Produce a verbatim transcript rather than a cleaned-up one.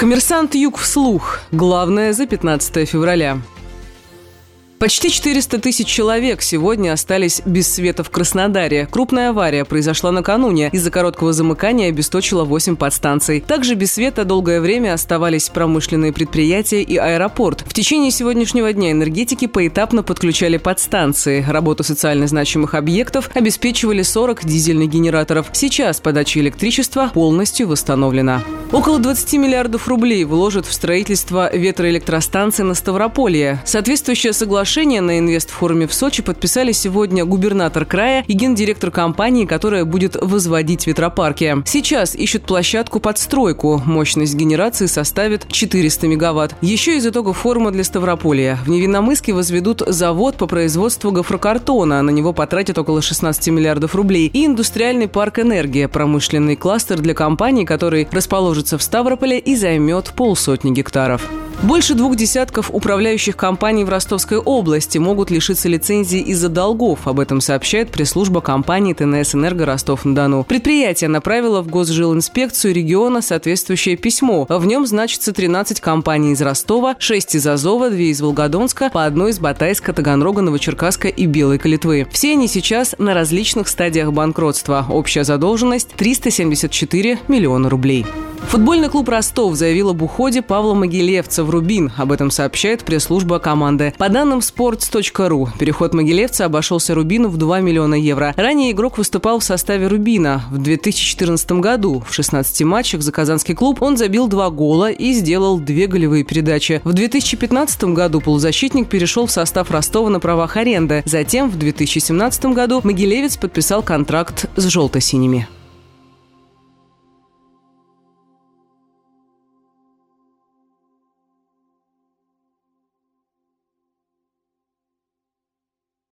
Коммерсант Юг вслух. Главное за пятнадцатое февраля. Почти четыреста тысяч человек сегодня остались без света в Краснодаре. Крупная авария произошла накануне. Из-за короткого замыкания обесточила восемь подстанций. Также без света долгое время оставались промышленные предприятия и аэропорт. В течение сегодняшнего дня энергетики поэтапно подключали подстанции. Работу социально значимых объектов обеспечивали сорок дизельных генераторов. Сейчас подача электричества полностью восстановлена. Около двадцати миллиардов рублей вложат в строительство ветроэлектростанции на Ставрополье. Соответствующее соглашение на инвестфоруме в Сочи подписали сегодня губернатор края и гендиректор компании, которая будет возводить ветропарки. Сейчас ищут площадку под стройку. Мощность генерации составит четыреста мегаватт. Еще из итогов форума для Ставрополья. В Невинномысске возведут завод по производству гофрокартона. На него потратят около шестнадцати миллиардов рублей. И индустриальный парк «Энергия» – промышленный кластер для компаний, который расположится в Ставрополе и займет полсотни гектаров. Больше двух десятков управляющих компаний в Ростовской области могут лишиться лицензии из-за долгов. Об этом сообщает пресс-служба компании ТНС-Энерго Ростов-на-Дону. Предприятие направило в Госжилинспекцию региона соответствующее письмо. В нем значится тринадцать компаний из Ростова, шесть из Азова, две из Волгодонска, по одной из Батайска, Таганрога, Новочеркасска и Белой Калитвы. Все они сейчас на различных стадиях банкротства. Общая задолженность – триста семьдесят четыре миллиона рублей. Футбольный клуб «Ростов» заявил об уходе Павла Могилевца в «Рубин». Об этом сообщает пресс-служба команды. По данным спортс точка ру, переход Могилевца обошелся «Рубину» в два миллиона евро. Ранее игрок выступал в составе «Рубина». В две тысячи четырнадцатом году в шестнадцати матчах за казанский клуб он забил два гола и сделал две голевые передачи. В две тысячи пятнадцатом году полузащитник перешел в состав Ростова на правах аренды. Затем в две тысячи семнадцатом году Могилевец подписал контракт с «желто-синими».